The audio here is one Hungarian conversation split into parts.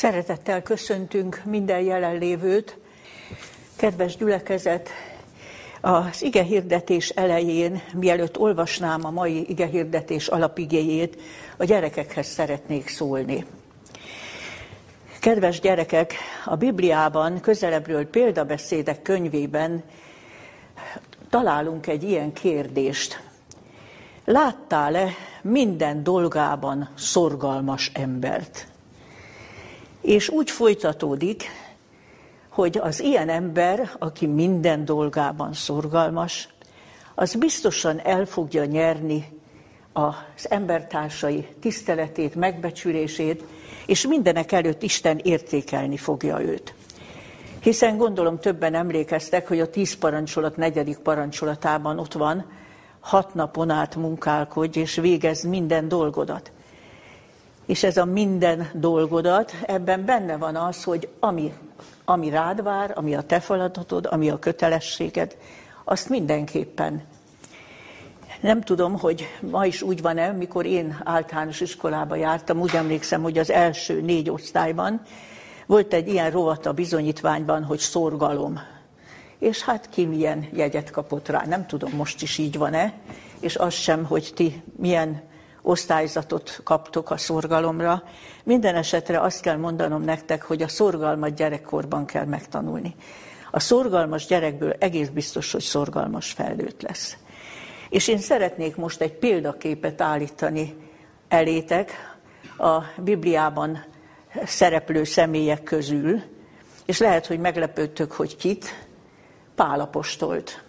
Szeretettel köszöntünk minden jelenlévőt. Kedves gyülekezet, az igehirdetés elején, mielőtt olvasnám a mai igehirdetés alapigéjét, a gyerekekhez szeretnék szólni. Kedves gyerekek, a Bibliában, Közelebbről példabeszédek könyvében találunk egy ilyen kérdést. Láttál-e minden dolgában szorgalmas embert? És úgy folytatódik, hogy az ilyen ember, aki minden dolgában szorgalmas, az biztosan el fogja nyerni az embertársai tiszteletét, megbecsülését, és mindenek előtt Isten értékelni fogja őt. Hiszen gondolom többen emlékeztek, hogy a 10 parancsolat 4. parancsolatában ott van, 6 napon át munkálkodj, és végezd minden dolgodat. És ez a minden dolgodat, ebben benne van az, hogy ami rád vár, ami a te feladatod, ami a kötelességed, azt mindenképpen. Nem tudom, hogy ma is úgy van-e, mikor én általános iskolába jártam, úgy emlékszem, hogy az első 4 osztályban volt egy ilyen rovat a bizonyítványban, hogy szorgalom. És hát ki milyen jegyet kapott rá, nem tudom, most is így van-e, és az sem, hogy ti milyen osztályzatot kaptok a szorgalomra. Minden esetre azt kell mondanom nektek, hogy a szorgalmat gyerekkorban kell megtanulni. A szorgalmas gyerekből egész biztos, hogy szorgalmas felnőtt lesz. És én szeretnék most egy példaképet állítani elétek a Bibliában szereplő személyek közül, és lehet, hogy meglepődtök, hogy kit, Pál apostolt.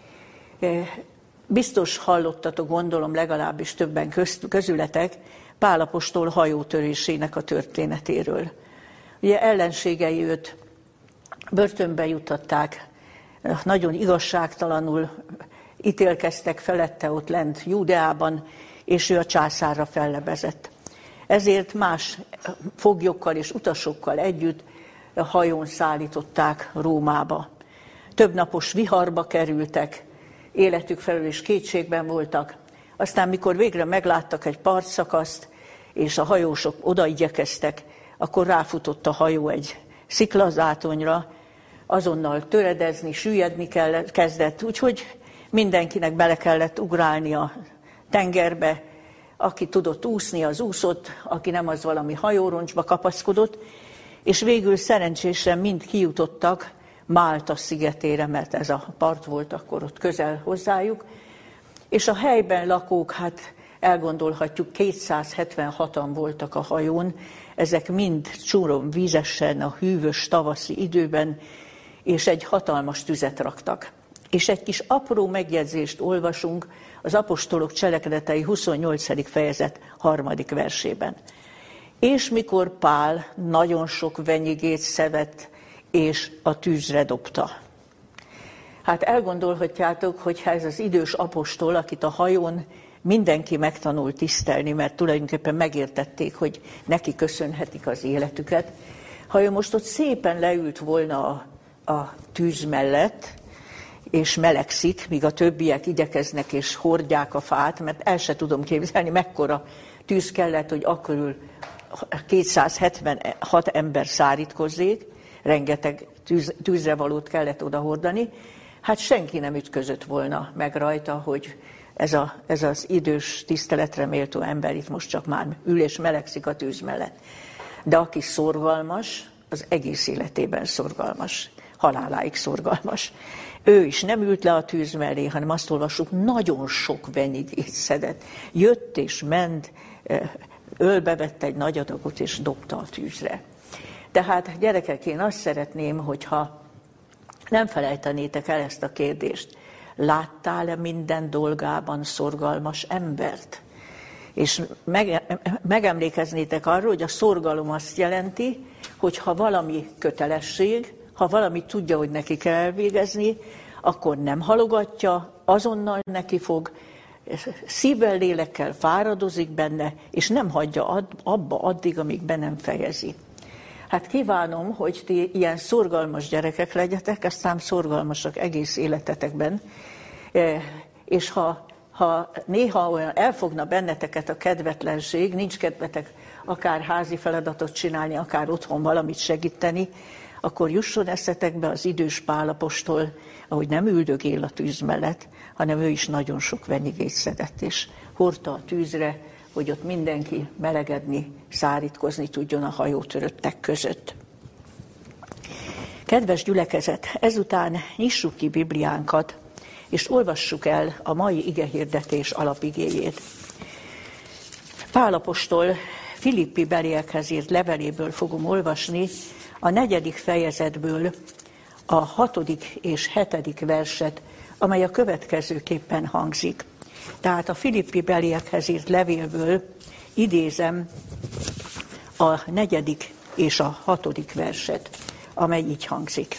Biztos hallottatok, gondolom legalábbis többen közületek, Pál apostol hajótörésének a történetéről. Ugye ellenségei őt börtönbe juttatták, nagyon igazságtalanul ítélkeztek felette ott lent Júdeában, és ő a császárra fellebezett. Ezért más foglyokkal és utasokkal együtt a hajón szállították Rómába. Több napos viharba kerültek, életük felől is kétségben voltak. Aztán, mikor végre megláttak egy partszakaszt, és a hajósok odaigyekeztek, akkor ráfutott a hajó egy sziklazátonyra, azonnal töredezni, süllyedni kezdett, úgyhogy mindenkinek bele kellett ugrálni a tengerbe, aki tudott úszni, az úszott, aki nem, az valami hajóroncsba kapaszkodott, és végül szerencsésen mind kijutottak Málta szigetére, mert ez a part volt akkor ott közel hozzájuk, és a helyben lakók, hát elgondolhatjuk, 276-an voltak a hajón, ezek mind csúrom vízesen a hűvös tavaszi időben, és egy hatalmas tüzet raktak. És egy kis apró megjegyzést olvasunk az Apostolok Cselekedetei 28. fejezet 3. versében. És mikor Pál nagyon sok venyigét szevett, és a tűzre dobta. Hát elgondolhatjátok, hogy ez az idős apostol, akit a hajón mindenki megtanul tisztelni, mert tulajdonképpen megértették, hogy neki köszönhetik az életüket, ha ő most ott szépen leült volna a tűz mellett, és melegszik, míg a többiek igyekeznek és hordják a fát, mert el se tudom képzelni, mekkora tűz kellett, hogy akkörül 276 ember szárítkozzék, rengeteg tűzre valót kellett odahordani, hát senki nem ütközött volna meg rajta, hogy ez az idős, tiszteletre méltó ember itt most csak már ül és melegszik a tűz mellett. De aki szorgalmas, az egész életében szorgalmas, haláláig szorgalmas. Ő is nem ült le a tűz mellé, hanem azt olvassuk, nagyon sok venyigét szedett. Jött és ment, ölbevette egy nagy adagot és dobta a tűzre. Tehát gyerekek, én azt szeretném, hogyha nem felejtenétek el ezt a kérdést. Láttál-e minden dolgában szorgalmas embert? És megemlékeznétek arról, hogy a szorgalom azt jelenti, hogy ha valami kötelesség, ha valami tudja, hogy neki kell elvégezni, akkor nem halogatja, azonnal neki fog, szívvel, lélekkel fáradozik benne, és nem hagyja abba addig, amíg be nem fejezi. Hát kívánom, hogy ti ilyen szorgalmas gyerekek legyetek, aztán szorgalmasak egész életetekben, és ha néha olyan elfogna benneteket a kedvetlenség, nincs kedvetek akár házi feladatot csinálni, akár otthon valamit segíteni, akkor jusson eszetekbe az idős Pál apostol, ahogy nem üldögél a tűz mellett, hanem ő is nagyon sok venigét szedett, és hordta a tűzre, hogy ott mindenki melegedni, szárítkozni tudjon a hajótöröttek között. Kedves gyülekezet, ezután nyissuk ki Bibliánkat, és olvassuk el a mai igehirdetés alapigéjét. Pál apostol Filippi beliekhez írt leveléből fogom olvasni, a 4. fejezetből a 6. és 7. verset, amely a következőképpen hangzik. Tehát a Filippi beliekhez írt levélből idézem a 4. és a 6. verset, amely így hangzik.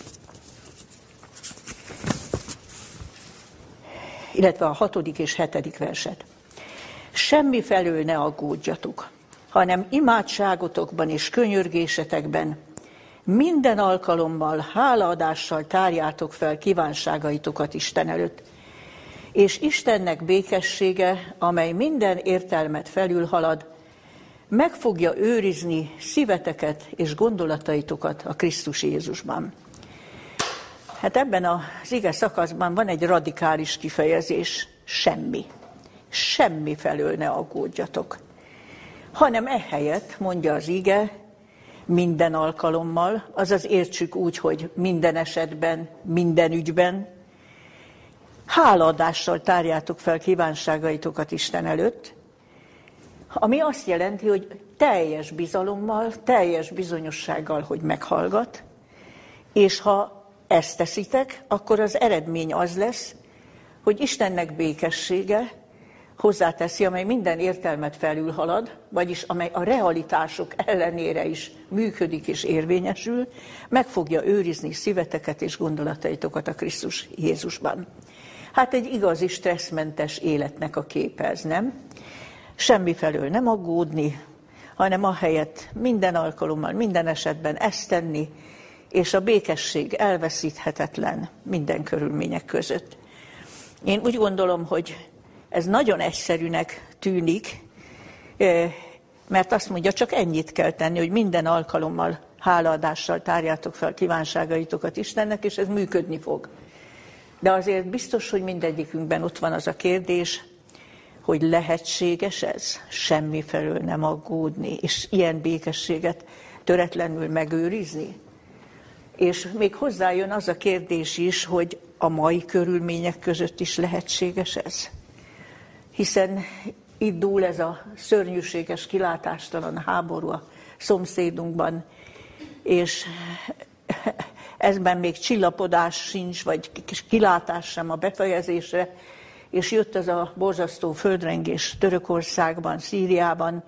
Illetve a 6. és 7. verset. Semmi felől ne aggódjatok, hanem imádságotokban és könyörgésetekben minden alkalommal hálaadással tárjátok fel kívánságaitokat Isten előtt, és Istennek békessége, amely minden értelmet felülhalad, meg fogja őrizni szíveteket és gondolataitokat a Krisztus Jézusban. Hát ebben az ige szakaszban van egy radikális kifejezés, semmi. Semmi felől ne aggódjatok. Hanem ehelyett, mondja az ige, minden alkalommal, azaz értsük úgy, hogy minden esetben, minden ügyben, hálaadással tárjátok fel kívánságaitokat Isten előtt, ami azt jelenti, hogy teljes bizalommal, teljes bizonyossággal, hogy meghallgat, és ha ezt teszitek, akkor az eredmény az lesz, hogy Istennek békessége hozzáteszi, amely minden értelmet felülhalad, vagyis amely a realitások ellenére is működik és érvényesül, meg fogja őrizni szíveteket és gondolataitokat a Krisztus Jézusban. Hát egy igazi stresszmentes életnek a képe ez, nem? Semmifelől nem aggódni, hanem ahelyett minden alkalommal, minden esetben ezt tenni, és a békesség elveszíthetetlen minden körülmények között. Én úgy gondolom, hogy ez nagyon egyszerűnek tűnik, mert azt mondja, csak ennyit kell tenni, hogy minden alkalommal hálaadással tárjátok fel kívánságaitokat Istennek, és ez működni fog. De azért biztos, hogy mindegyikünkben ott van az a kérdés, hogy lehetséges ez, semmifelől nem aggódni, és ilyen békességet töretlenül megőrizni. És még hozzájön az a kérdés is, hogy a mai körülmények között is lehetséges ez. Hiszen itt dúl ez a szörnyűséges, kilátástalan háború a szomszédunkban, és ezben még csillapodás sincs, vagy kilátás sem a befejezésre, és jött ez a borzasztó földrengés Törökországban, Szíriában,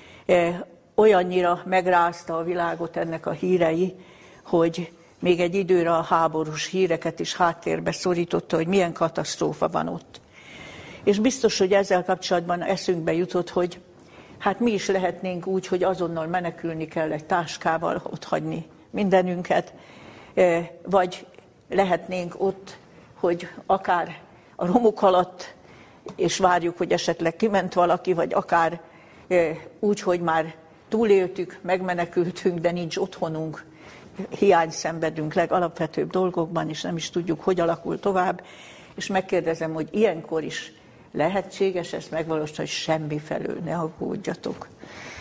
olyannyira megrázta a világot ennek a hírei, hogy még egy időre a háborús híreket is háttérbe szorította, hogy milyen katasztrófa van ott. És biztos, hogy ezzel kapcsolatban eszünkbe jutott, hogy hát mi is lehetnénk úgy, hogy azonnal menekülni kell egy táskával, otthagyni mindenünket, vagy lehetnénk ott, hogy akár a romok alatt, és várjuk, hogy esetleg kiment valaki, vagy akár úgy, hogy már túléltük, megmenekültünk, de nincs otthonunk, hiány szenvedünk legalapvetőbb dolgokban, és nem is tudjuk, hogy alakul tovább. És megkérdezem, hogy ilyenkor is lehetséges ezt megvalósítani, hogy semmifelől ne aggódjatok.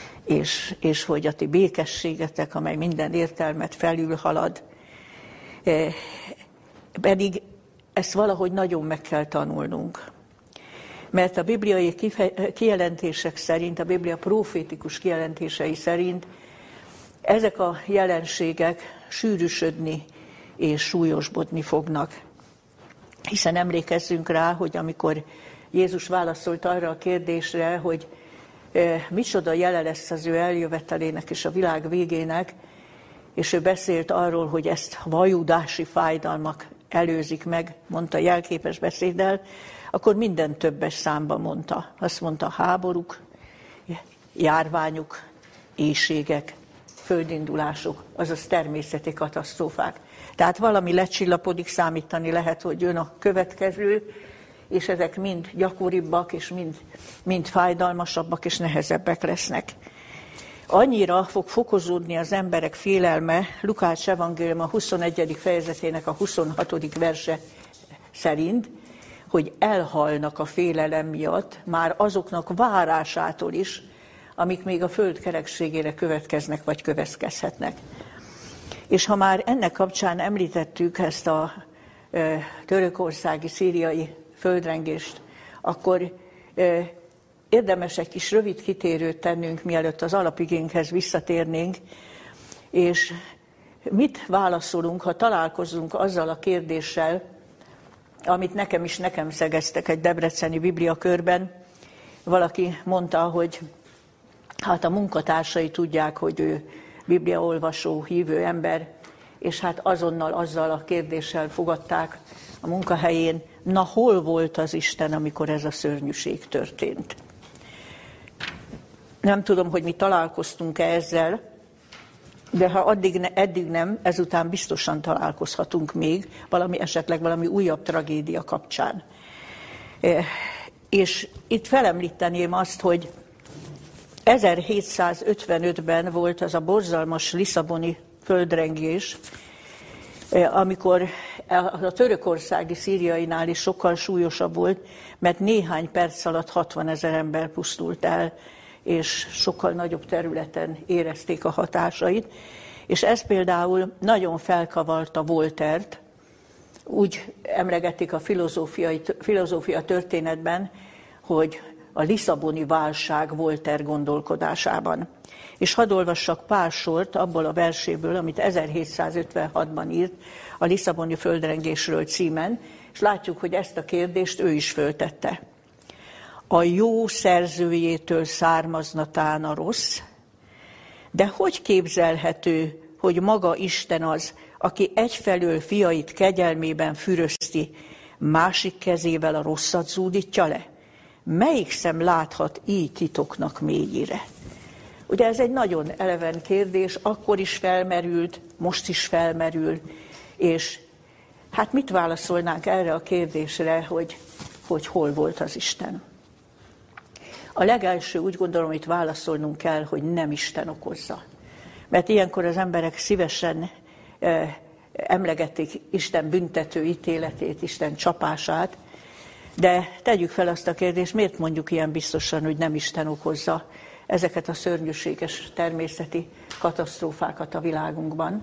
És hogy a ti békességetek, amely minden értelmet felülhalad, pedig ezt valahogy nagyon meg kell tanulnunk. Mert a bibliai kijelentések szerint, a Biblia profétikus kijelentései szerint ezek a jelenségek sűrűsödni és súlyosbodni fognak. Hiszen emlékezzünk rá, hogy amikor Jézus válaszolt arra a kérdésre, hogy micsoda jele lesz az ő eljövetelének és a világ végének, és ő beszélt arról, hogy ezt vajudási fájdalmak előzik meg, mondta jelképes beszéddel, akkor minden többes számba mondta. Azt mondta, háborúk, járványok, éhségek, földindulások, azaz természeti katasztrófák. Tehát valami lecsillapodik, számítani lehet, hogy jön a következő, és ezek mind gyakoribbak, és mind fájdalmasabbak, és nehezebbek lesznek. Annyira fog fokozódni az emberek félelme, Lukács evangélium a 21. fejezetének a 26. verse szerint, hogy elhalnak a félelem miatt, már azoknak várásától is, amik még a föld kerekségére következnek, vagy következhetnek. És ha már ennek kapcsán említettük ezt a törökországi, szíriai földrengést, akkor érdemes egy kis rövid kitérőt tennünk, mielőtt az alapigénkhez visszatérnénk, és mit válaszolunk, ha találkozunk azzal a kérdéssel, amit nekem szegeztek egy debreceni bibliakörben. Valaki mondta, hogy hát a munkatársai tudják, hogy ő bibliaolvasó, hívő ember, és hát azonnal azzal a kérdéssel fogadták a munkahelyén, na hol volt az Isten, amikor ez a szörnyűség történt? Nem tudom, hogy mi találkoztunk-e ezzel, de ha eddig nem, ezután biztosan találkozhatunk még esetleg valami újabb tragédia kapcsán. És itt felemlíteném azt, hogy 1755-ben volt az a borzalmas lisszaboni földrengés, amikor a törökországi szíriainál is sokkal súlyosabb volt, mert néhány perc alatt 60 000 ember pusztult el, és sokkal nagyobb területen érezték a hatásait. És ez például nagyon felkavarta Voltaire-t, úgy emlegetik a filozófia történetben, hogy a lisszaboni válság Voltaire gondolkodásában. És hadd olvassak pár sort abból a verséből, amit 1756-ban írt a Lisszaboni földrengésről címen, és látjuk, hogy ezt a kérdést ő is föltette. A jó szerzőjétől származna tán a rossz, de hogy képzelhető, hogy maga Isten az, aki egyfelől fiait kegyelmében fürözti, másik kezével a rosszat zúdítja le? Melyik szem láthat így titoknak mélyére? Ugye ez egy nagyon eleven kérdés, akkor is felmerült, most is felmerül, és hát mit válaszolnánk erre a kérdésre, hogy hol volt az Isten? A legelső, úgy gondolom, hogy válaszolnunk kell, hogy nem Isten okozza. Mert ilyenkor az emberek szívesen emlegetik Isten büntető ítéletét, Isten csapását, de tegyük fel azt a kérdést, miért mondjuk ilyen biztosan, hogy nem Isten okozza ezeket a szörnyűséges természeti katasztrófákat a világunkban.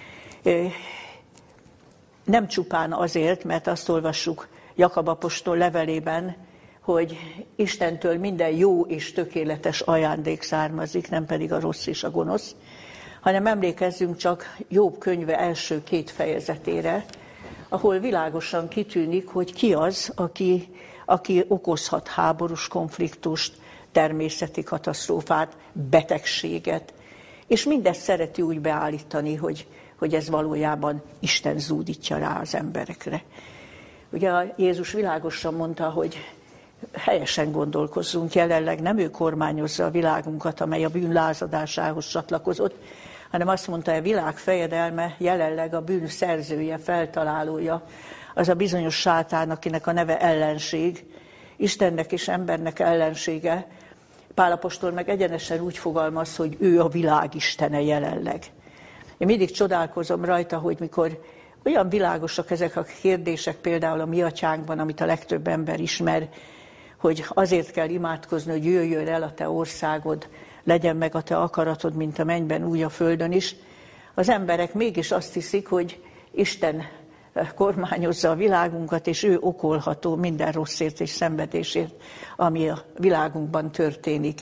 Nem csupán azért, mert azt olvassuk Jakab apostol levelében, hogy Istentől minden jó és tökéletes ajándék származik, nem pedig a rossz és a gonosz, hanem emlékezzünk csak Jobb könyve első 2 fejezetére, ahol világosan kitűnik, hogy ki az, aki okozhat háborús konfliktust, természeti katasztrófát, betegséget, és mindezt szereti úgy beállítani, hogy ez valójában Isten zúdítja rá az emberekre. Ugye Jézus világosan mondta, hogy helyesen gondolkozzunk, jelenleg nem ő kormányozza a világunkat, amely a bűn lázadásához csatlakozott, hanem azt mondta, hogy a világ fejedelme jelenleg a bűn szerzője, feltalálója, az a bizonyos sátán, akinek a neve ellenség, Istennek és embernek ellensége. Pál apostol meg egyenesen úgy fogalmaz, hogy ő a világ istene jelenleg. Én mindig csodálkozom rajta, hogy mikor olyan világosak ezek a kérdések, például a mi atyánkban, amit a legtöbb ember ismer, hogy azért kell imádkozni, hogy jöjjön el a te országod, legyen meg a te akaratod, mint a mennyben, úgy a földön is. Az emberek mégis azt hiszik, hogy Isten kormányozza a világunkat, és ő okolható minden rosszért és szenvedésért, ami a világunkban történik.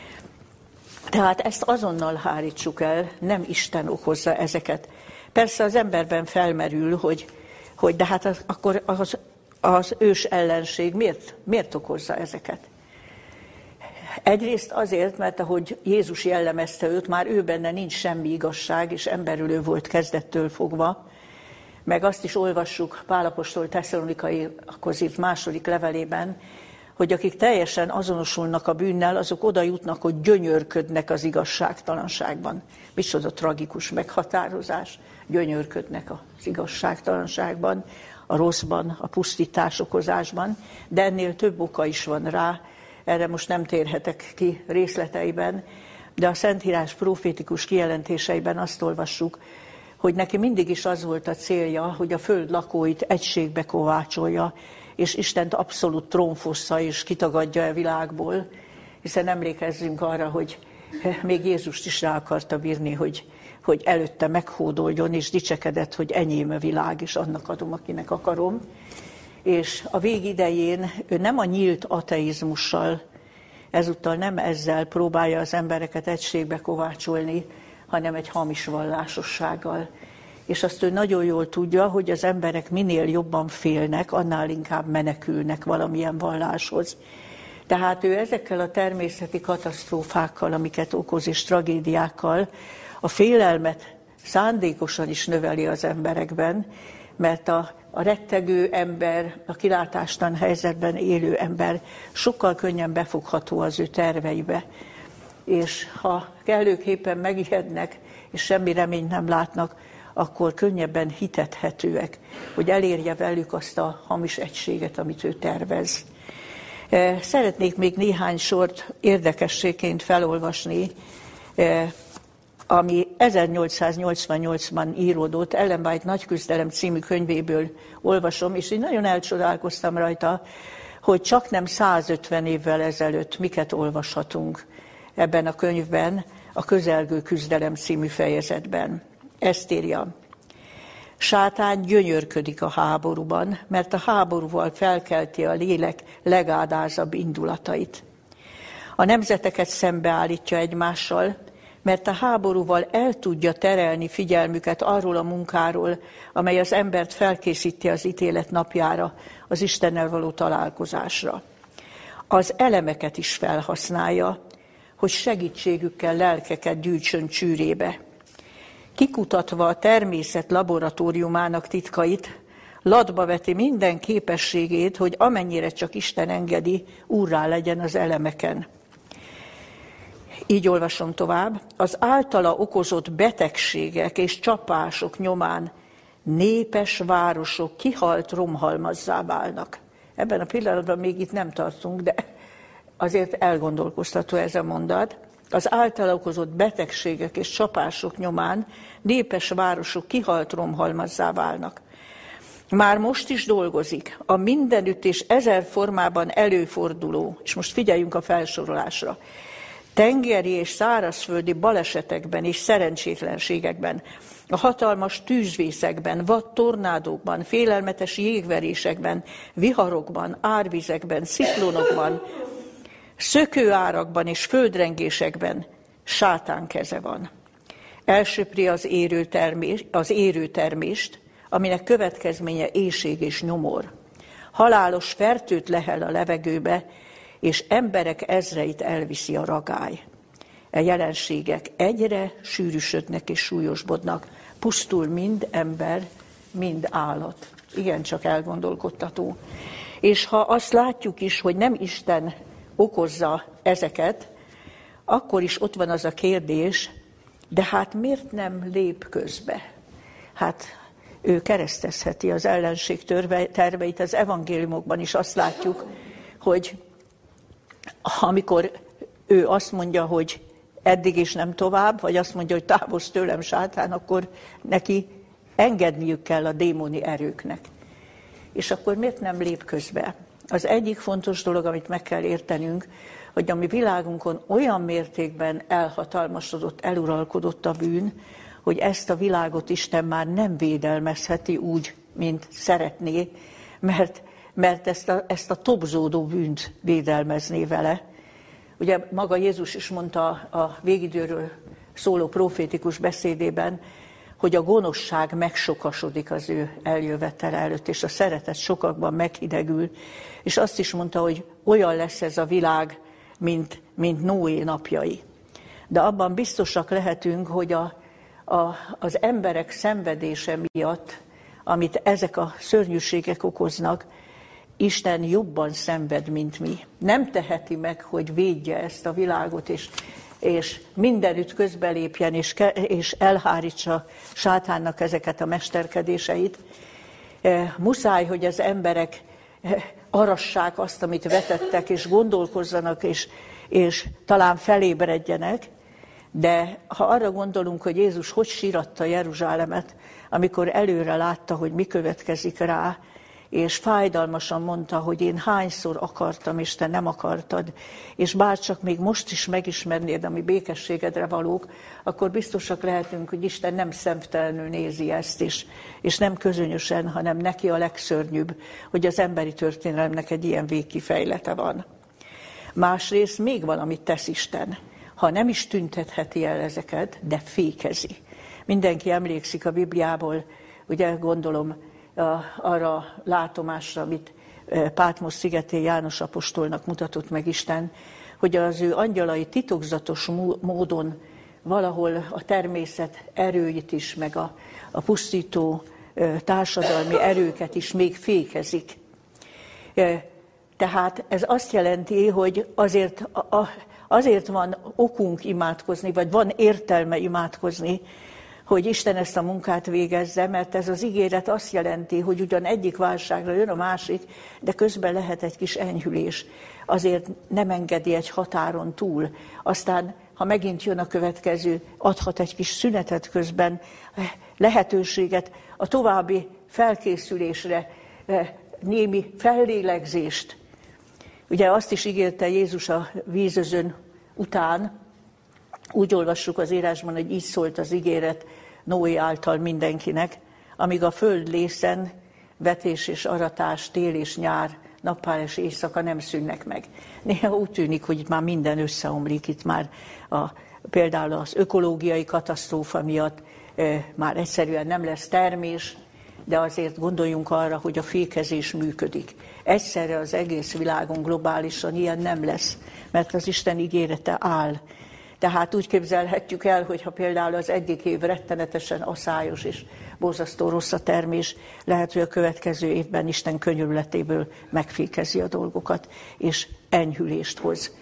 Tehát ezt azonnal hárítsuk el, nem Isten okozza ezeket. Persze az emberben felmerül, hogy de hát akkor az ős ellenség miért okozza ezeket? Egyrészt azért, mert ahogy Jézus jellemezte őt, már ő benne nincs semmi igazság, és emberülő volt kezdettől fogva. Meg azt is olvassuk Pál apostol Tesszalonikaiakhoz írt második levelében, hogy akik teljesen azonosulnak a bűnnel, azok oda jutnak, hogy gyönyörködnek az igazságtalanságban. Micsoda tragikus meghatározás, gyönyörködnek az igazságtalanságban, a rosszban, a pusztítás okozásban, de ennél több oka is van rá, erre most nem térhetek ki részleteiben, de a Szentírás profétikus kijelentéseiben azt olvassuk, hogy neki mindig is az volt a célja, hogy a föld lakóit egységbe kovácsolja, és Istent abszolút trónfossza és kitagadja a világból, hiszen emlékezzünk arra, hogy még Jézust is rá akarta bírni, hogy előtte meghódoljon, és dicsekedett, hogy enyém a világ, és annak adom, akinek akarom. És a vég idején ő nem a nyílt ateizmussal, ezúttal nem ezzel próbálja az embereket egységbe kovácsolni, hanem egy hamis vallásossággal. És azt ő nagyon jól tudja, hogy az emberek minél jobban félnek, annál inkább menekülnek valamilyen valláshoz. Tehát ő ezekkel a természeti katasztrófákkal, amiket okoz, és tragédiákkal a félelmet szándékosan is növeli az emberekben, mert a rettegő ember, a kilátástalan helyzetben élő ember sokkal könnyen befogható az ő terveibe. És ha kellőképpen megijednek, és semmi reményt nem látnak, akkor könnyebben hitethetőek, hogy elérje velük azt a hamis egységet, amit ő tervez. Szeretnék még néhány sort érdekességként felolvasni, ami 1888-ban íródott, Ellen White Nagy küzdelem című könyvéből olvasom, és én nagyon elcsodálkoztam rajta, hogy csak nem 150 évvel ezelőtt miket olvashatunk ebben a könyvben, a Közelgő küzdelem című fejezetben. Ezt írja: Sátán gyönyörködik a háborúban, mert a háborúval felkelti a lélek legádázabb indulatait. A nemzeteket szembeállítja egymással, mert a háborúval el tudja terelni figyelmüket arról a munkáról, amely az embert felkészíti az ítélet napjára, az Istennel való találkozásra. Az elemeket is felhasználja, hogy segítségükkel lelkeket gyűjtsön csűrébe. Kikutatva a természet laboratóriumának titkait, latba veti minden képességét, hogy amennyire csak Isten engedi, úrrá legyen az elemeken. Így olvasom tovább. Az általa okozott betegségek és csapások nyomán népes városok kihalt romhalmazzá válnak. Ebben a pillanatban még itt nem tartunk, de azért elgondolkoztató ez a mondat. Az általa okozott betegségek és csapások nyomán népes városok kihalt romhalmazzá válnak. Már most is dolgozik a mindenütt és ezer formában előforduló, és most figyeljünk a felsorolásra, tengeri és szárazföldi balesetekben és szerencsétlenségekben, a hatalmas tűzvészekben, vadtornádókban, félelmetes jégverésekben, viharokban, árvizekben, sziklónokban, szökőárakban és földrengésekben sátán keze van. Elsöpri az érőtermést, aminek következménye éhség és nyomor. Halálos fertőt lehel a levegőbe, és emberek ezreit elviszi a ragály. E jelenségek egyre sűrűsödnek és súlyosbodnak, pusztul mind ember, mind állat. Igencsak elgondolkodtató. És ha azt látjuk is, hogy nem Isten okozza ezeket, akkor is ott van az a kérdés, de hát miért nem lép közbe? Hát ő keresztezheti az ellenség terveit, az evangéliumokban is azt látjuk, hogy amikor ő azt mondja, hogy eddig is nem tovább, vagy azt mondja, hogy távozz tőlem, sátán, akkor neki engedniük kell a démoni erőknek. És akkor miért nem lép közbe? Az egyik fontos dolog, amit meg kell értenünk, hogy a mi világunkon olyan mértékben elhatalmasodott, eluralkodott a bűn, hogy ezt a világot Isten már nem védelmezheti úgy, mint szeretné, mert ezt a tobzódó bűnt védelmezné vele. Ugye maga Jézus is mondta a végidőről szóló profétikus beszédében, hogy a gonoszság megsokasodik az ő eljövetele előtt, és a szeretet sokakban meghidegül, és azt is mondta, hogy olyan lesz ez a világ, mint Noé napjai. De abban biztosak lehetünk, hogy az emberek szenvedése miatt, amit ezek a szörnyűségek okoznak, Isten jobban szenved, mint mi. Nem teheti meg, hogy védje ezt a világot, és mindenütt közbelépjen, és elhárítsa sátánnak ezeket a mesterkedéseit. Muszáj, hogy az emberek arassák azt, amit vetettek, és gondolkozzanak, és talán felébredjenek, De ha arra gondolunk, hogy Jézus hogy síratta Jeruzsálemet, amikor előre látta, hogy mi következik rá, és fájdalmasan mondta, hogy én hányszor akartam, és te nem akartad, és bárcsak még most is megismernéd, ami békességedre valók, akkor biztosak lehetünk, hogy Isten nem szemtelenül nézi ezt is, és nem közönösen, hanem neki a legszörnyűbb, hogy az emberi történelemnek egy ilyen végkifejlete van. Másrészt még valamit tesz Isten, ha nem is tüntetheti el ezeket, de fékezi. Mindenki emlékszik a Bibliából, ugye gondolom, arra a látomásra, amit Pátmos szigetén János apostolnak mutatott meg Isten, hogy az ő angyalai titokzatos módon valahol a természet erőit is, meg a pusztító társadalmi erőket is még fékezik. Tehát ez azt jelenti, hogy azért van okunk imádkozni, vagy van értelme imádkozni, hogy Isten ezt a munkát végezze, mert ez az ígéret azt jelenti, hogy ugyan egyik válságra jön a másik, de közben lehet egy kis enyhülés. Azért nem engedi egy határon túl. Aztán, ha megint jön a következő, adhat egy kis szünetet közben, lehetőséget a további felkészülésre, némi fellélegzést. Ugye azt is ígérte Jézus a vízözön után, úgy olvassuk az írásban, hogy így szólt az ígéret Noé által mindenkinek, amíg a föld lészen vetés és aratás, tél és nyár, nappal és éjszaka nem szűnnek meg. Néha úgy tűnik, hogy itt már minden összeomlik, itt már például az ökológiai katasztrófa miatt már egyszerűen nem lesz termés, de azért gondoljunk arra, hogy a fékezés működik. Egyszerre az egész világon globálisan ilyen nem lesz, mert az Isten ígérete áll. Tehát úgy képzelhetjük el, hogyha például az egyik év rettenetesen aszályos és borzasztó rossz a termés, lehet, hogy a következő évben Isten könyörületéből megfékezi a dolgokat, és enyhülést hoz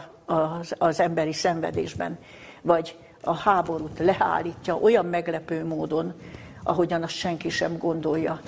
az emberi szenvedésben. Vagy a háborút leállítja olyan meglepő módon, ahogyan azt senki sem gondolja,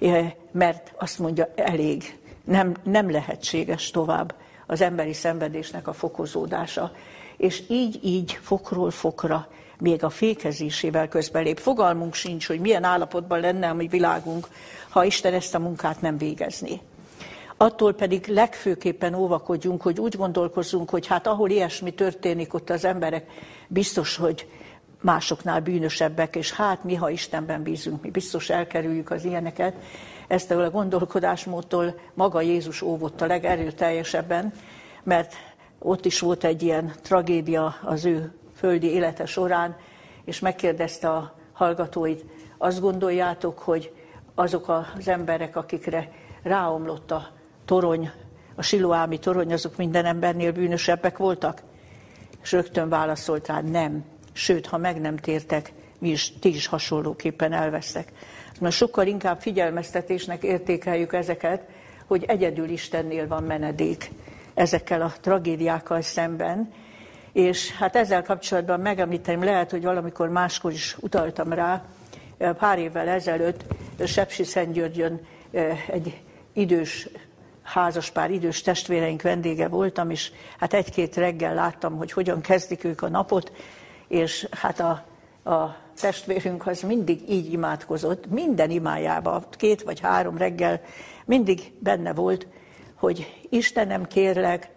mert azt mondja, elég, nem lehetséges tovább az emberi szenvedésnek a fokozódása. És így fokról fokra még a fékezésével közbelép. Fogalmunk sincs, hogy milyen állapotban lenne a mi világunk, ha Isten ezt a munkát nem végezné. Attól pedig legfőképpen óvakodjunk, hogy úgy gondolkozzunk, hogy hát ahol ilyesmi történik, ott az emberek biztos, hogy másoknál bűnösebbek, és hát mi, ha Istenben bízunk, mi biztos elkerüljük az ilyeneket. Ezt a gondolkodásmódtól maga Jézus óvott a legerőteljesebben, mert ott is volt egy ilyen tragédia az ő földi élete során, és megkérdezte a hallgatóit, azt gondoljátok, hogy azok az emberek, akikre ráomlott a torony, a siloámi torony, azok minden embernél bűnösebbek voltak? És rögtön válaszolt rá, nem. Sőt, ha meg nem tértek, ti is hasonlóképpen elvesztek. Mert sokkal inkább figyelmeztetésnek értékeljük ezeket, hogy egyedül Istennél van menedék ezekkel a tragédiákkal szemben. És hát ezzel kapcsolatban megemlíteném, lehet, hogy valamikor máskor is utaltam rá, pár évvel ezelőtt Sepsiszentgyörgyön egy idős házaspár, idős testvéreink vendége voltam, és hát egy-két reggel láttam, hogy hogyan kezdik ők a napot, és hát a testvérünk az mindig így imádkozott, minden imájában, 2 vagy 3 reggel mindig benne volt, hogy Istenem, kérlek,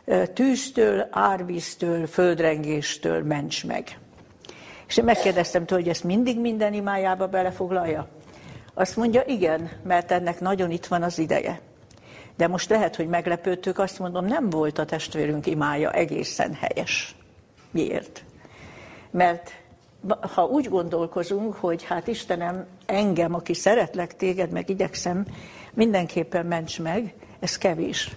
tűztől, árvíztől, földrengéstől ments meg. És én megkérdeztem tőle, hogy ezt mindig minden imájába belefoglalja. Azt mondja, igen, mert ennek nagyon itt van az ideje. De most lehet, hogy meglepődtök, azt mondom, nem volt a testvérünk imája egészen helyes. Miért? Mert ha úgy gondolkozunk, hogy hát Istenem, engem, aki szeretlek téged, meg igyekszem, mindenképpen ments meg, ez kevés.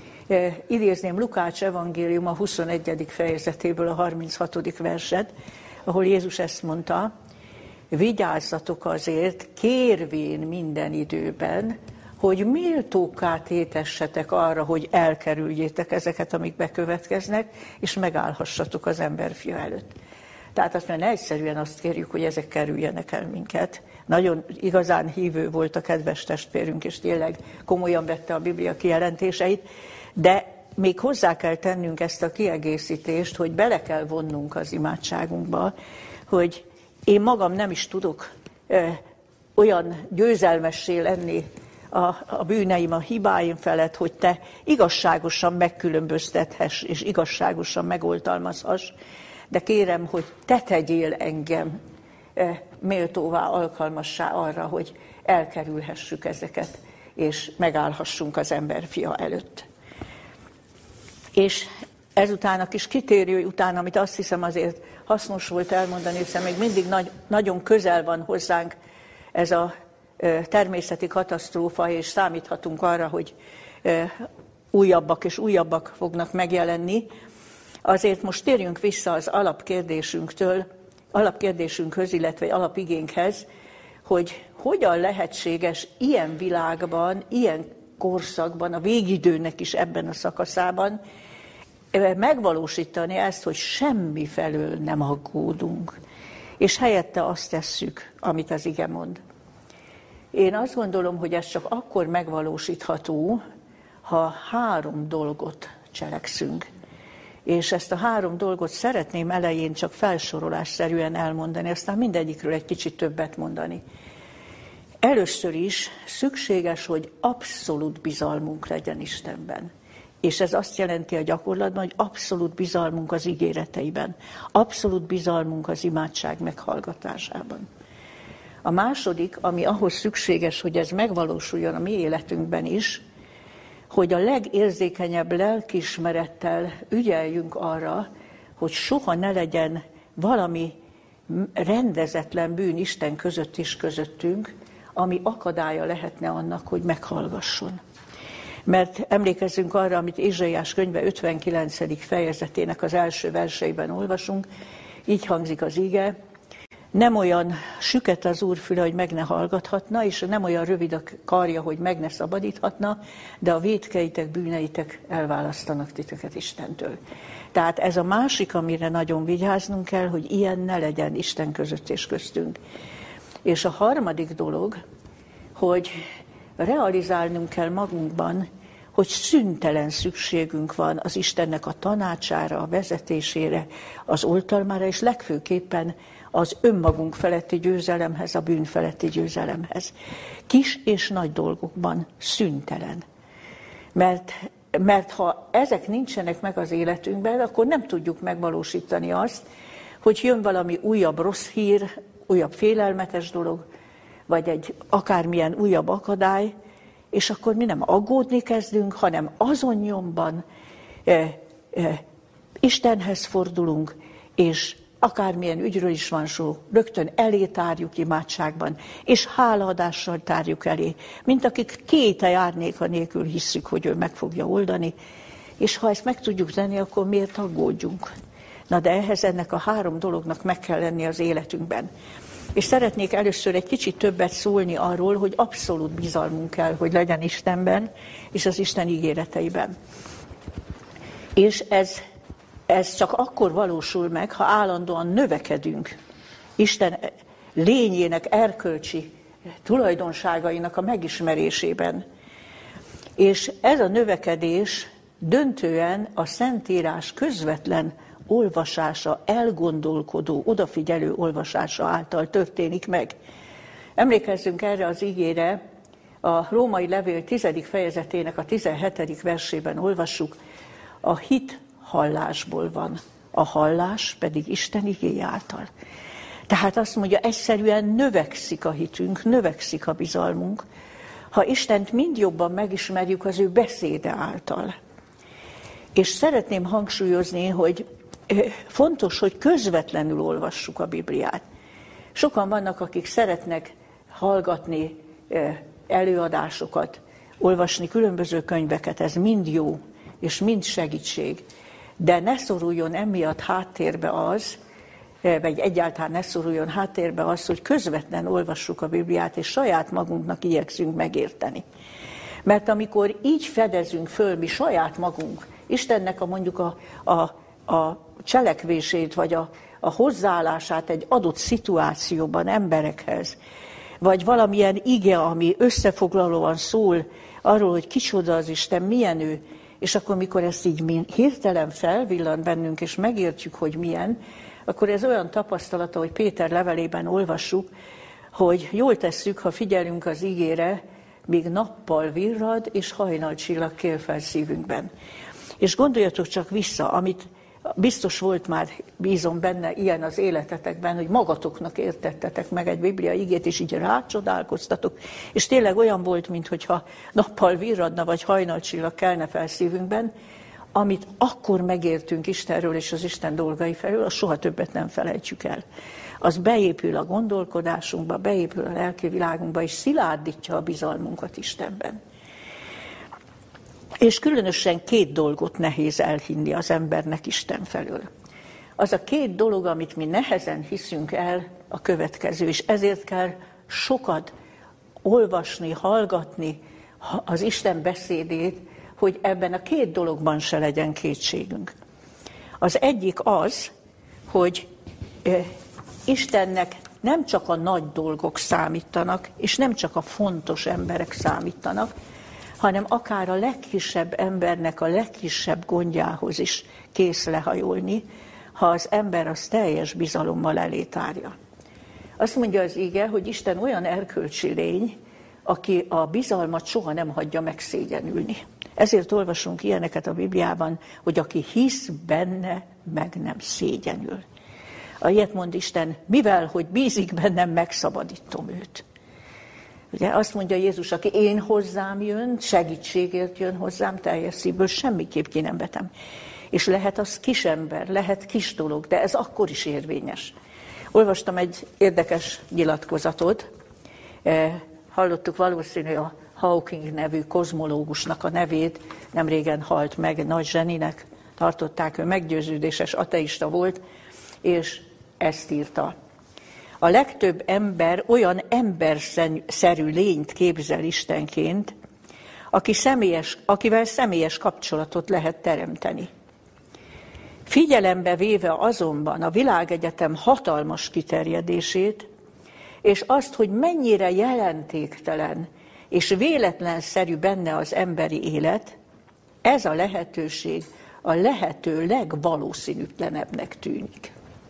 Idézném Lukács evangélium a 21. fejezetéből a 36. verset, ahol Jézus ezt mondta, vigyázzatok azért, kérvén minden időben, hogy méltókká tétessetek arra, hogy elkerüljétek ezeket, amik bekövetkeznek, és megállhassatok az emberfia előtt. Tehát azt mondja, egyszerűen azt kérjük, hogy ezek kerüljenek el minket. Nagyon igazán hívő volt a kedves testvérünk, és tényleg komolyan vette a Biblia kijelentéseit, de még hozzá kell tennünk ezt a kiegészítést, hogy bele kell vonnunk az imádságunkba, hogy én magam nem is tudok olyan győzelmessé lenni a bűneim, a hibáim felett, hogy te igazságosan megkülönböztethess és igazságosan megoltalmazhass, de kérem, hogy te tegyél engem méltóvá, alkalmassá arra, hogy elkerülhessük ezeket, és megállhassunk az emberfia előtt. És ezután a kis kitérő után, amit azt hiszem azért hasznos volt elmondani, hiszen még mindig nagyon közel van hozzánk ez a természeti katasztrófa, és számíthatunk arra, hogy újabbak és újabbak fognak megjelenni. Azért most térjünk vissza az alapkérdésünkhöz, illetve alapigénkhez, hogy hogyan lehetséges ilyen világban, ilyen korszakban, a végidőnek is ebben a szakaszában megvalósítani ezt, hogy semmi felől nem aggódunk, és helyette azt tesszük, amit az ige mond. Én azt gondolom, hogy ez csak akkor megvalósítható, ha 3 dolgot cselekszünk. És ezt a 3 dolgot szeretném elején csak felsorolásszerűen elmondani, aztán mindegyikről egy kicsit többet mondani. Először is szükséges, hogy abszolút bizalmunk legyen Istenben. És ez azt jelenti a gyakorlatban, hogy abszolút bizalmunk az ígéreteiben, abszolút bizalmunk az imádság meghallgatásában. A második, ami ahhoz szükséges, hogy ez megvalósuljon a mi életünkben is, hogy a legérzékenyebb lelkiismerettel ügyeljünk arra, hogy soha ne legyen valami rendezetlen bűn Isten között és közöttünk, ami akadálya lehetne annak, hogy meghallgasson. Mert emlékezzünk arra, amit Ézsaiás könyve 59. fejezetének az első verseiben olvasunk, így hangzik az ige: nem olyan süket az Úr füle, hogy meg ne hallgathatna, és nem olyan rövid a karja, hogy meg ne szabadíthatna, de a vétkeitek, bűneitek elválasztanak titeket Istentől. Tehát ez a másik, amire nagyon vigyáznunk kell, hogy ilyen ne legyen Isten között és köztünk. És a harmadik dolog, hogy realizálnunk kell magunkban, hogy szüntelen szükségünk van az Istennek a tanácsára, a vezetésére, az oltalmára, és legfőképpen az önmagunk feletti győzelemhez, a bűn feletti győzelemhez. Kis és nagy dolgokban szüntelen. Mert ha ezek nincsenek meg az életünkben, akkor nem tudjuk megvalósítani azt, hogy jön valami újabb rossz hír, újabb félelmetes dolog, vagy egy akármilyen újabb akadály, és akkor mi nem aggódni kezdünk, hanem azon nyomban Istenhez fordulunk, és akármilyen ügyről is van szó, rögtön elé tárjuk imádságban, és hálaadással tárjuk elé, mint akik kételj árnéka nélkül hisszük, hogy ő meg fogja oldani, és ha ezt meg tudjuk tenni, akkor miért aggódjunk? Na de ehhez ennek a 3 dolognak meg kell lenni az életünkben. És szeretnék először egy kicsit többet szólni arról, hogy abszolút bizalmunk kell, hogy legyen Istenben és az Isten ígéreteiben. És ez csak akkor valósul meg, ha állandóan növekedünk Isten lényének, erkölcsi tulajdonságainak a megismerésében. És ez a növekedés döntően a Szentírás közvetlen olvasása, elgondolkodó, odafigyelő olvasása által történik meg. Emlékezzünk erre az igére, a Római levél 10. fejezetének a 17. versében olvassuk: a hit hallásból van, a hallás pedig Isten igéje által. Tehát azt mondja, egyszerűen növekszik a hitünk, növekszik a bizalmunk, ha Istent mind jobban megismerjük az ő beszéde által. És szeretném hangsúlyozni, hogy fontos, hogy közvetlenül olvassuk a Bibliát. Sokan vannak, akik szeretnek hallgatni előadásokat, olvasni különböző könyveket, ez mind jó, és mind segítség. De ne szoruljon emiatt háttérbe az, vagy egyáltalán ne szoruljon háttérbe az, hogy közvetlen olvassuk a Bibliát, és saját magunknak igyekszünk megérteni. Mert amikor így fedezünk föl mi saját magunk, Istennek mondjuk a cselekvését, vagy a hozzáállását egy adott szituációban emberekhez, vagy valamilyen ige, ami összefoglalóan szól arról, hogy kicsoda az Isten, milyen ő, és akkor, mikor ezt így hirtelen felvillan bennünk, és megértjük, hogy milyen, akkor ez olyan tapasztalata, hogy Péter levelében olvassuk, hogy jól tesszük, ha figyelünk az igére, míg nappal virrad, és hajnalcsillag kél fel szívünkben. És gondoljatok csak vissza, amit biztos volt már, bízom benne, ilyen az életetekben, hogy magatoknak értettetek meg egy Biblia igét, és így rácsodálkoztatok. És tényleg olyan volt, mintha nappal virradna, vagy hajnalcsillag kelne fel szívünkben, amit akkor megértünk Istenről és az Isten dolgai felől, azt soha többet nem felejtsük el. Az beépül a gondolkodásunkba, beépül a lelki világunkba, és szilárdítja a bizalmunkat Istenben. És különösen 2 dolgot nehéz elhinni az embernek Isten felől. Az a 2 dolog, amit mi nehezen hiszünk el, a következő, és ezért kell sokat olvasni, hallgatni az Isten beszédét, hogy ebben a 2 dologban se legyen kétségünk. Az egyik az, hogy Istennek nem csak a nagy dolgok számítanak, és nem csak a fontos emberek számítanak, hanem akár a legkisebb embernek a legkisebb gondjához is kész lehajolni, ha az ember azt teljes bizalommal elé tárja. Azt mondja az ige, hogy Isten olyan erkölcsi lény, aki a bizalmat soha nem hagyja megszégyenülni. Ezért olvasunk ilyeneket a Bibliában, hogy aki hisz benne, meg nem szégyenül. Ilyet mond Isten, mivel, hogy bízik bennem, megszabadítom őt. Ugye azt mondja Jézus, aki én hozzám jön, segítségért jön hozzám, teljes szívből semmiképp ki nem vetem. És lehet az kis ember, lehet kis dolog, de ez akkor is érvényes. Olvastam egy érdekes nyilatkozatot, hallottuk valószínű a Hawking nevű kozmológusnak a nevét, nemrégen halt meg, nagy zseninek tartották, ő meggyőződéses ateista volt, és ezt írta. A legtöbb ember olyan emberszerű lényt képzel Istenként, akivel személyes kapcsolatot lehet teremteni. Figyelembe véve azonban a világegyetem hatalmas kiterjedését, és azt, hogy mennyire jelentéktelen és véletlenszerű benne az emberi élet, ez a lehetőség a lehető legvalószínűtlenebbnek tűnik.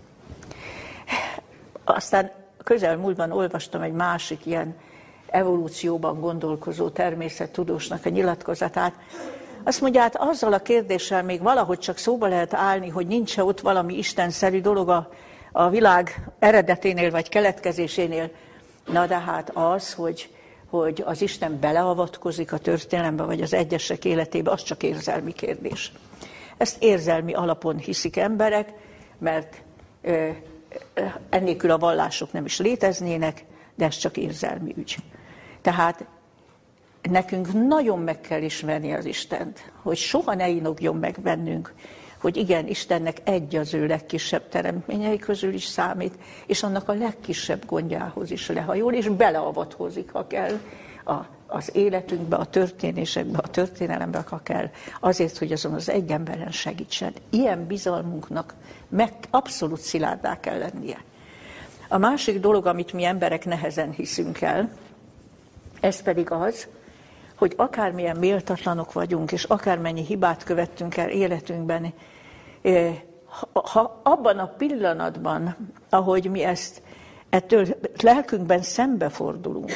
Aztán közelmúltban olvastam egy másik ilyen evolúcióban gondolkozó természettudósnak a nyilatkozatát. Azt mondja, hát azzal a kérdéssel még valahogy csak szóba lehet állni, hogy nincs-e ott valami istenszerű dolog a világ eredeténél vagy keletkezésénél. Na de hát az, hogy az Isten beleavatkozik a történelembe vagy az egyesek életébe, az csak érzelmi kérdés. Ezt érzelmi alapon hiszik emberek, mert ennélkül a vallások nem is léteznének, de ez csak érzelmi ügy. Tehát nekünk nagyon meg kell ismerni az Istent, hogy soha ne inogjon meg bennünk, hogy igen, Istennek egy az ő legkisebb teremtményei közül is számít, és annak a legkisebb gondjához is lehajol, és beleavatkozik, ha kell, az életünkbe, a történésekbe, a történelembe, ha kell, azért, hogy azon az egy emberen segítsen. Ilyen bizalmunknak abszolút szilárdá kell lennie. A másik dolog, amit mi emberek nehezen hiszünk el, ez pedig az, hogy akármilyen méltatlanok vagyunk, és akármennyi hibát követtünk el életünkben, ha abban a pillanatban, ahogy mi ettől lelkünkben szembefordulunk,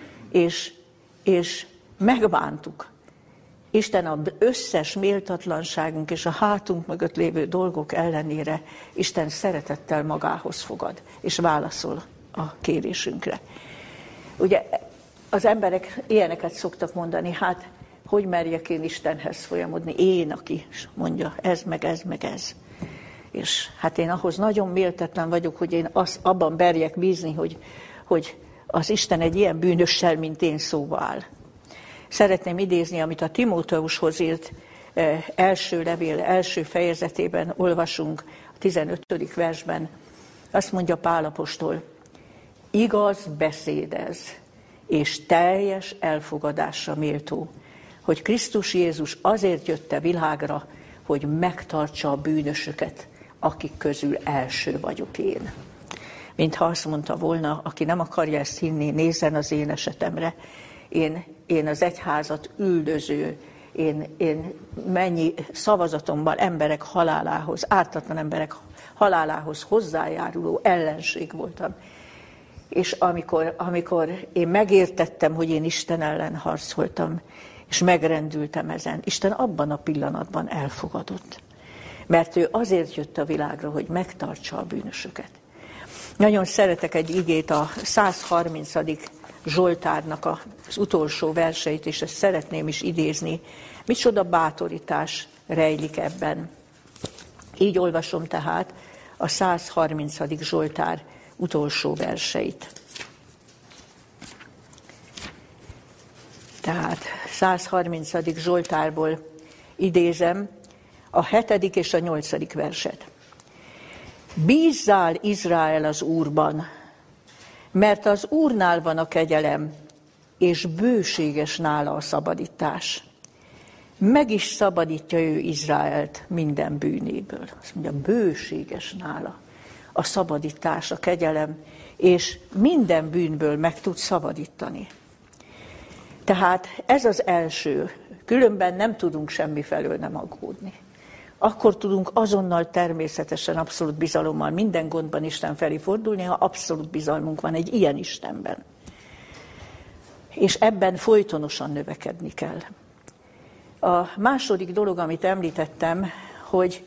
és megbántuk, Isten az összes méltatlanságunk és a hátunk mögött lévő dolgok ellenére Isten szeretettel magához fogad, és válaszol a kérésünkre. Ugye az emberek ilyeneket szoktak mondani, hát hogy merjek én Istenhez folyamodni, én, aki mondja ez, meg ez, meg ez. És hát én ahhoz nagyon méltatlan vagyok, hogy én abban merjek bízni, hogy az Isten egy ilyen bűnössel, mint én, szóba áll. Szeretném idézni, amit a Timóteushoz írt első levél, első fejezetében olvasunk, a 15. versben. Azt mondja Pál apostol, igaz beszédez, és teljes elfogadásra méltó, hogy Krisztus Jézus azért jött a világra, hogy megtartsa a bűnösöket, akik közül első vagyok én. Mintha azt mondta volna, aki nem akarja ezt hinni, nézzen az én esetemre. Én az egyházat üldöző én mennyi szavazatommal emberek halálához, ártatlan emberek halálához hozzájáruló ellenség voltam. És amikor én megértettem, hogy én Isten ellen harcoltam, és megrendültem ezen, Isten abban a pillanatban elfogadott. Mert ő azért jött a világra, hogy megtartsa a bűnösöket. Nagyon szeretek egy igét, a 130. Zsoltárnak az utolsó verseit, és ezt szeretném is idézni. Micsoda bátorítás rejlik ebben. Így olvasom tehát a 130. Zsoltár utolsó verseit. Tehát 130. Zsoltárból idézem a 7. és a 8. verset. Bízzál, Izrael, az Úrban, mert az Úrnál van a kegyelem, és bőséges nála a szabadítás. Meg is szabadítja ő Izraelt minden bűnéből. Azt mondja, bőséges nála a szabadítás, a kegyelem, és minden bűnből meg tud szabadítani. Tehát ez az első, különben nem tudunk semmifelől nem aggódni. Akkor tudunk azonnal természetesen abszolút bizalommal minden gondban Isten felé fordulni, ha abszolút bizalmunk van egy ilyen Istenben. És ebben folytonosan növekedni kell. A második dolog, amit említettem, hogy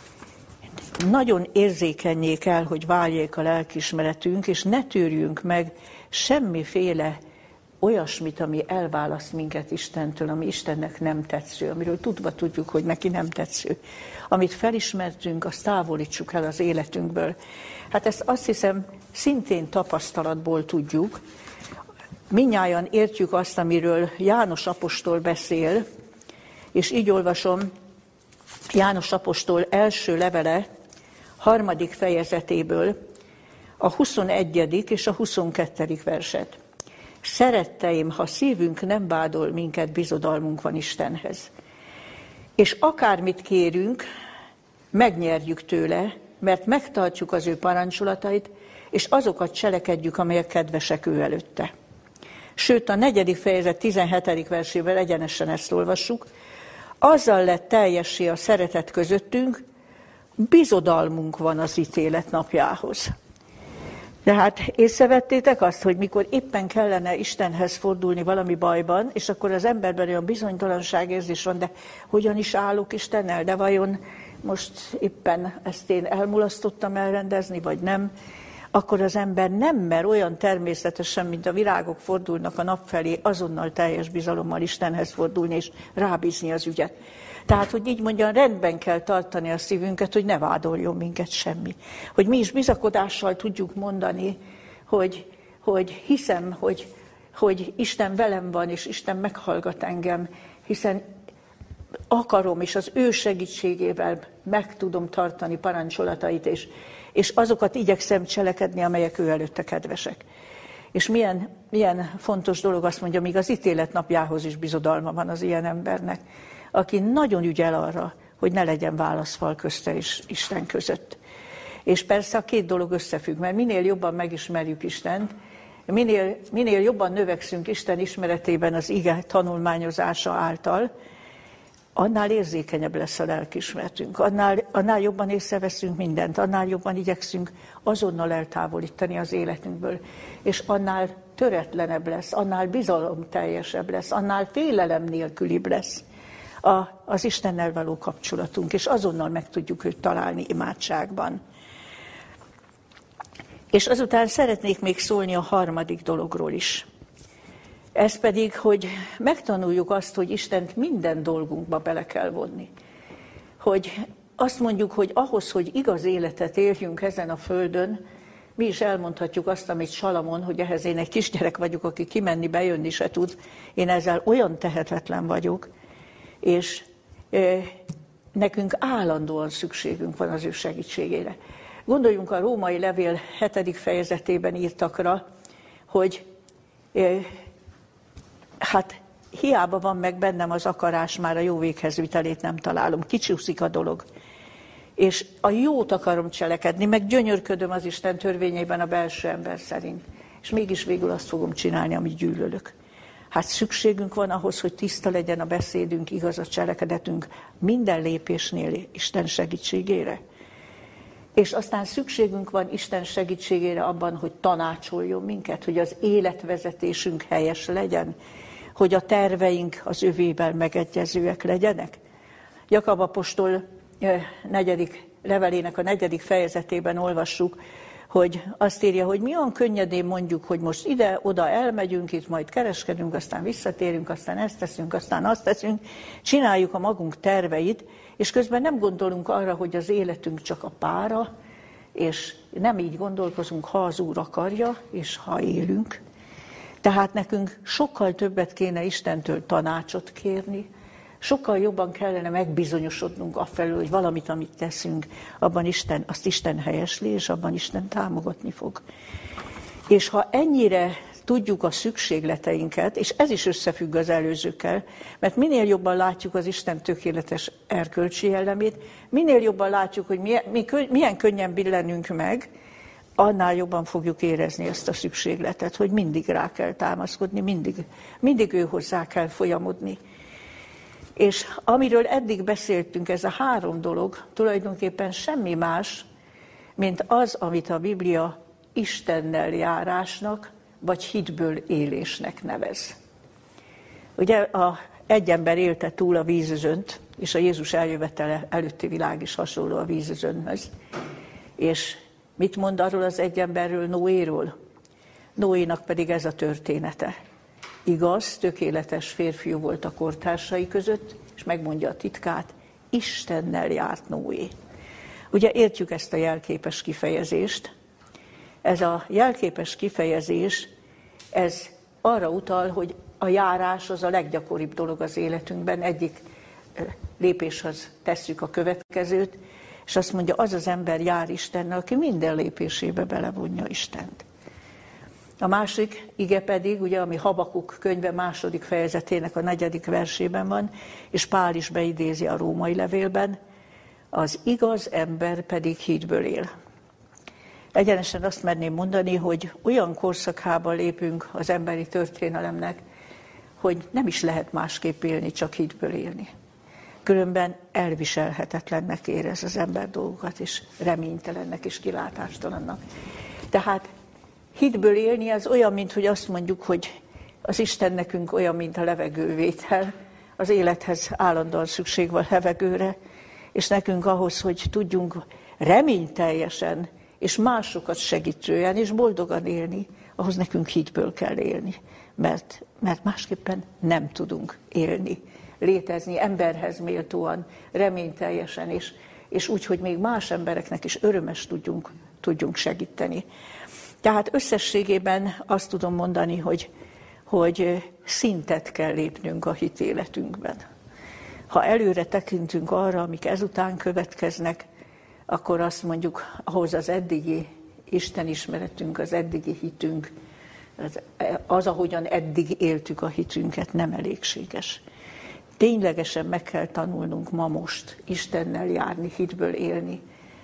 nagyon érzékenyé kell, hogy váljék a lelkiismeretünk, és ne tűrjünk meg semmiféle olyasmit, ami elválaszt minket Istentől, ami Istennek nem tetsző, amiről tudva tudjuk, hogy neki nem tetsző. Amit felismertünk, azt távolítsuk el az életünkből. Hát ezt azt hiszem, szintén tapasztalatból tudjuk. Mindnyájan értjük azt, amiről János apostol beszél, és így olvasom János apostol első levele, 3. fejezetéből a 21. és a 22. verset. Szeretteim, ha szívünk nem vádol minket, bizodalmunk van Istenhez. És akármit kérünk, megnyerjük tőle, mert megtartjuk az ő parancsolatait, és azokat cselekedjük, amelyek kedvesek ő előtte. Sőt, a 4. fejezet 17. versével egyenesen ezt olvassuk, azzal lett teljessé a szeretet közöttünk, bizodalmunk van az ítélet napjához. De hát észrevettétek azt, hogy mikor éppen kellene Istenhez fordulni valami bajban, és akkor az emberben olyan bizonytalanságérzés van, de hogyan is állok Istennel, de vajon most éppen ezt én elmulasztottam elrendezni, vagy nem, akkor az ember nem mer olyan természetesen, mint a virágok fordulnak a nap felé, azonnal teljes bizalommal Istenhez fordulni, és rábízni az ügyet. Tehát, hogy így mondjam, rendben kell tartani a szívünket, hogy ne vádoljon minket semmi. Hogy mi is bizakodással tudjuk mondani, hogy hiszem, hogy Isten velem van, és Isten meghallgat engem, hiszen akarom, és az ő segítségével meg tudom tartani parancsolatait, és azokat igyekszem cselekedni, amelyek ő előtte kedvesek. És milyen fontos dolog, azt mondja, még az ítélet napjához is bizodalma van az ilyen embernek, aki nagyon ügyel arra, hogy ne legyen válaszfal közte és Isten között. És persze a két dolog összefügg, mert minél jobban megismerjük Istent, minél jobban növekszünk Isten ismeretében az ige tanulmányozása által, annál érzékenyebb lesz a lelkiismeretünk, annál jobban észreveszünk mindent, annál jobban igyekszünk azonnal eltávolítani az életünkből, és annál töretlenebb lesz, annál bizalomteljesebb lesz, annál félelem nélkülibb lesz az Istennel való kapcsolatunk, és azonnal meg tudjuk őt találni imádságban. És azután szeretnék még szólni a harmadik dologról is. Ez pedig, hogy megtanuljuk azt, hogy Istent minden dolgunkba bele kell vonni. Hogy azt mondjuk, hogy ahhoz, hogy igaz életet éljünk ezen a földön, mi is elmondhatjuk azt, amit Salamon, hogy ehhez én egy kisgyerek vagyok, aki kimenni, bejönni se tud. Én ezzel olyan tehetetlen vagyok, és nekünk állandóan szükségünk van az ő segítségére. Gondoljunk a római levél 7. fejezetében írtakra, hogy hát hiába van meg bennem az akarás, már a jó véghez vitelét nem találom, kicsúszik a dolog. És a jót akarom cselekedni, meg gyönyörködöm az Isten törvényeiben a belső ember szerint. És mégis végül azt fogom csinálni, amit gyűlölök. Hát szükségünk van ahhoz, hogy tiszta legyen a beszédünk, igaz a cselekedetünk minden lépésnél Isten segítségére. És aztán szükségünk van Isten segítségére abban, hogy tanácsoljon minket, hogy az életvezetésünk helyes legyen, hogy a terveink az övével megegyezőek legyenek. Jakab apostol 4. levelének a 4. fejezetében olvassuk, hogy azt írja, hogy mi olyan könnyedén mondjuk, hogy most ide-oda elmegyünk, itt majd kereskedünk, aztán visszatérünk, aztán ezt teszünk, aztán azt teszünk, csináljuk a magunk terveit, és közben nem gondolunk arra, hogy az életünk csak a pára, és nem így gondolkozunk, ha az Úr akarja, és ha élünk. Tehát nekünk sokkal többet kéne Istentől tanácsot kérni, sokkal jobban kellene megbizonyosodnunk afelől, hogy valamit, amit teszünk, abban azt Isten helyesli, és abban Isten támogatni fog. És ha ennyire tudjuk a szükségleteinket, és ez is összefügg az előzőkkel, mert minél jobban látjuk az Isten tökéletes erkölcsi jellemét, minél jobban látjuk, hogy milyen könnyen billenünk meg, annál jobban fogjuk érezni ezt a szükségletet, hogy mindig rá kell támaszkodni, mindig ő hozzá kell folyamodni. És amiről eddig beszéltünk, ez a 3 dolog tulajdonképpen semmi más, mint az, amit a Biblia Istennel járásnak, vagy hitből élésnek nevez. Ugye egy ember élte túl a vízözönt, és a Jézus eljövetele előtti világ is hasonló a vízözönhöz. És mit mond arról az egy emberről, Noéról? Noénak pedig ez a története. Igaz, tökéletes férfiú volt a kortársai között, és megmondja a titkát, Istennel járt Noé. Ugye értjük ezt a jelképes kifejezést. Ez a jelképes kifejezés, ez arra utal, hogy a járás az a leggyakoribb dolog az életünkben. Egyik lépéshez tesszük a következőt, és azt mondja, az az ember jár Istennel, aki minden lépésébe belevonja Istent. A másik ige pedig, ugye, ami Habakuk könyve 2. fejezetének a 4. versében van, és Pál is beidézi a római levélben, az igaz ember pedig hitből él. Egyenesen azt merném mondani, hogy olyan korszakába lépünk az emberi történelemnek, hogy nem is lehet másképp élni, csak hitből élni. Különben elviselhetetlennek érez az ember dolgokat, és reménytelennek és kilátástalannak. Tehát hitből élni az olyan, mint hogy azt mondjuk, hogy az Isten nekünk olyan, mint a levegővétel. Az élethez állandóan szükség van levegőre, és nekünk ahhoz, hogy tudjunk reményteljesen és másokat segítően és boldogan élni, ahhoz nekünk hitből kell élni, mert másképpen nem tudunk élni, létezni emberhez méltóan, reményteljesen, és úgy, hogy még más embereknek is örömes tudjunk segíteni. Tehát összességében azt tudom mondani, hogy szintet kell lépnünk a hitéletünkben. Ha előre tekintünk arra, amik ezután következnek, akkor azt mondjuk, ahhoz az eddigi istenismeretünk, az eddigi hitünk, az, ahogyan eddig éltük a hitünket, nem elégséges. Ténylegesen meg kell tanulnunk ma most Istennel járni, hitből élni,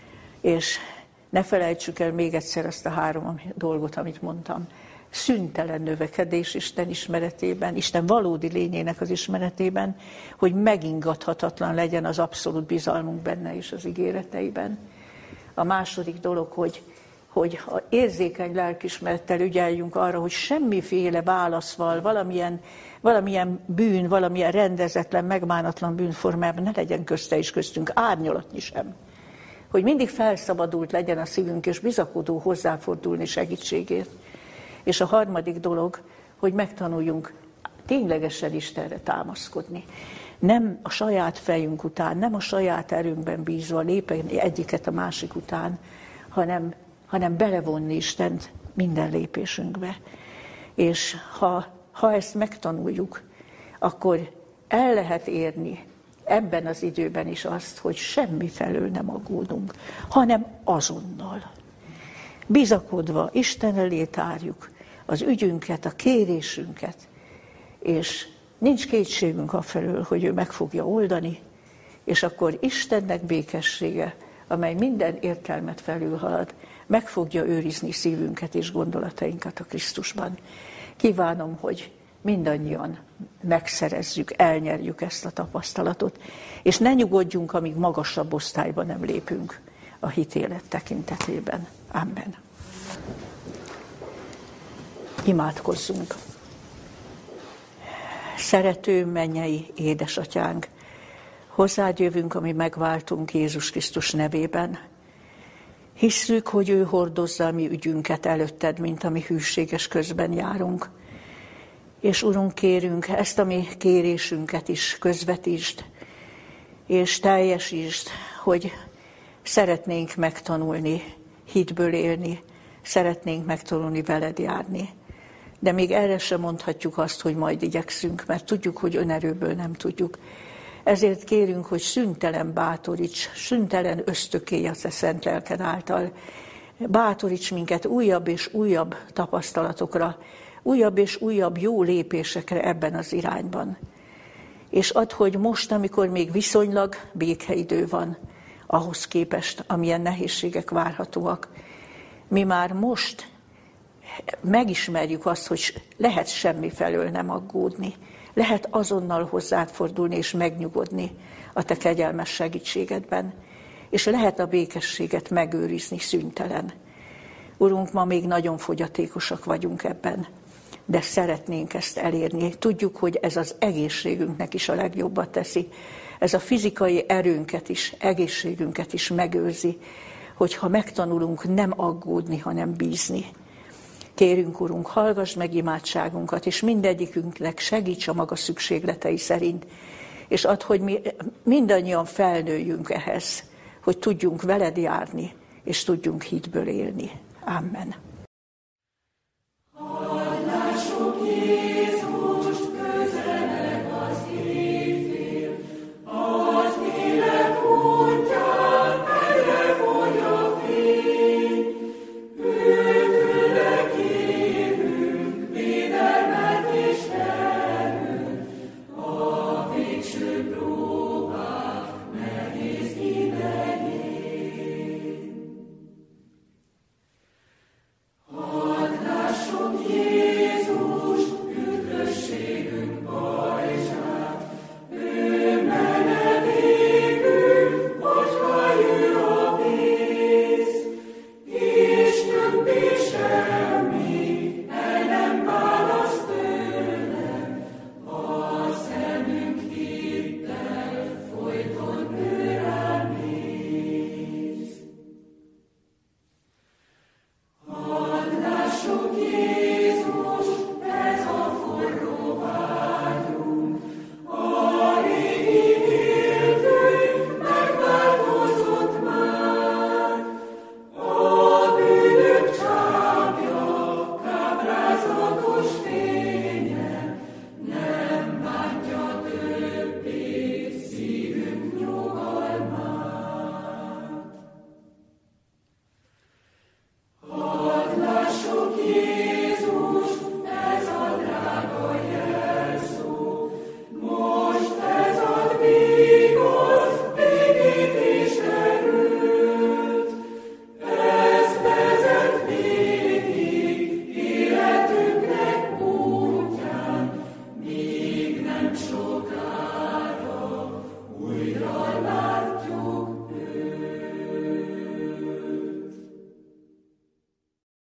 és ne felejtsük el még egyszer azt a 3 dolgot, amit mondtam. Szüntelen növekedés Isten ismeretében, Isten valódi lényének az ismeretében, hogy megingathatatlan legyen az abszolút bizalmunk benne és az ígéreteiben. A második dolog, hogy ha érzékeny lelkiismerettel ügyeljünk arra, hogy semmiféle válaszval, valamilyen bűn, valamilyen rendezetlen, megbánatlan bűnformában ne legyen közte és köztünk árnyalatnyi sem. Hogy mindig felszabadult legyen a szívünk, és bizakodó hozzáfordulni segítségért. És a harmadik dolog, hogy megtanuljunk ténylegesen Istenre támaszkodni. Nem a saját fejünk után, nem a saját erőnkben bízva lépni egyiket a másik után, hanem belevonni Istent minden lépésünkbe. És ha ezt megtanuljuk, akkor el lehet érni ebben az időben is azt, hogy semmi felől nem aggódunk, hanem azonnal. Bizakodva Isten elé tárjuk az ügyünket, a kérésünket, és nincs kétségünk afelől, hogy ő meg fogja oldani, és akkor Istennek békessége, amely minden értelmet felülhalad, meg fogja őrizni szívünket és gondolatainkat a Krisztusban. Kívánom, hogy mindannyian megszerezzük, elnyerjük ezt a tapasztalatot, és ne nyugodjunk, amíg magasabb osztályba nem lépünk a hitélet tekintetében. Amen. Imádkozzunk. Szerető mennyei édesatyánk, hozzád jövünk, ami megváltunk Jézus Krisztus nevében. Hisszük, hogy ő hordozza a mi ügyünket előtted, mint a mi hűséges közben járunk. És Urunk, kérünk, ezt a mi kérésünket is közvetítsd, és teljesítsd, hogy szeretnénk megtanulni, hitből élni, szeretnénk megtanulni veled járni. De még erre sem mondhatjuk azt, hogy majd igyekszünk, mert tudjuk, hogy önerőből nem tudjuk. Ezért kérünk, hogy szüntelen bátoríts, szüntelen ösztökélj a te szent lelked által. Bátoríts minket újabb és újabb tapasztalatokra, újabb és újabb jó lépésekre ebben az irányban. És add, hogy most, amikor még viszonylag békeidő van, ahhoz képest, amilyen nehézségek várhatóak, mi már most megismerjük azt, hogy lehet semmi felől nem aggódni, lehet azonnal hozzád fordulni és megnyugodni a te kegyelmes segítségedben, és lehet a békességet megőrizni szüntelen. Urunk, ma még nagyon fogyatékosak vagyunk ebben, de szeretnénk ezt elérni. Tudjuk, hogy ez az egészségünknek is a legjobbat teszi. Ez a fizikai erőnket is, egészségünket is megőrzi, hogyha megtanulunk nem aggódni, hanem bízni. Kérünk, Urunk, hallgass meg imádságunkat, és mindegyikünknek segíts a maga szükségletei szerint, és add, hogy mi mindannyian felnőjünk ehhez, hogy tudjunk veled járni, és tudjunk hitből élni. Amen.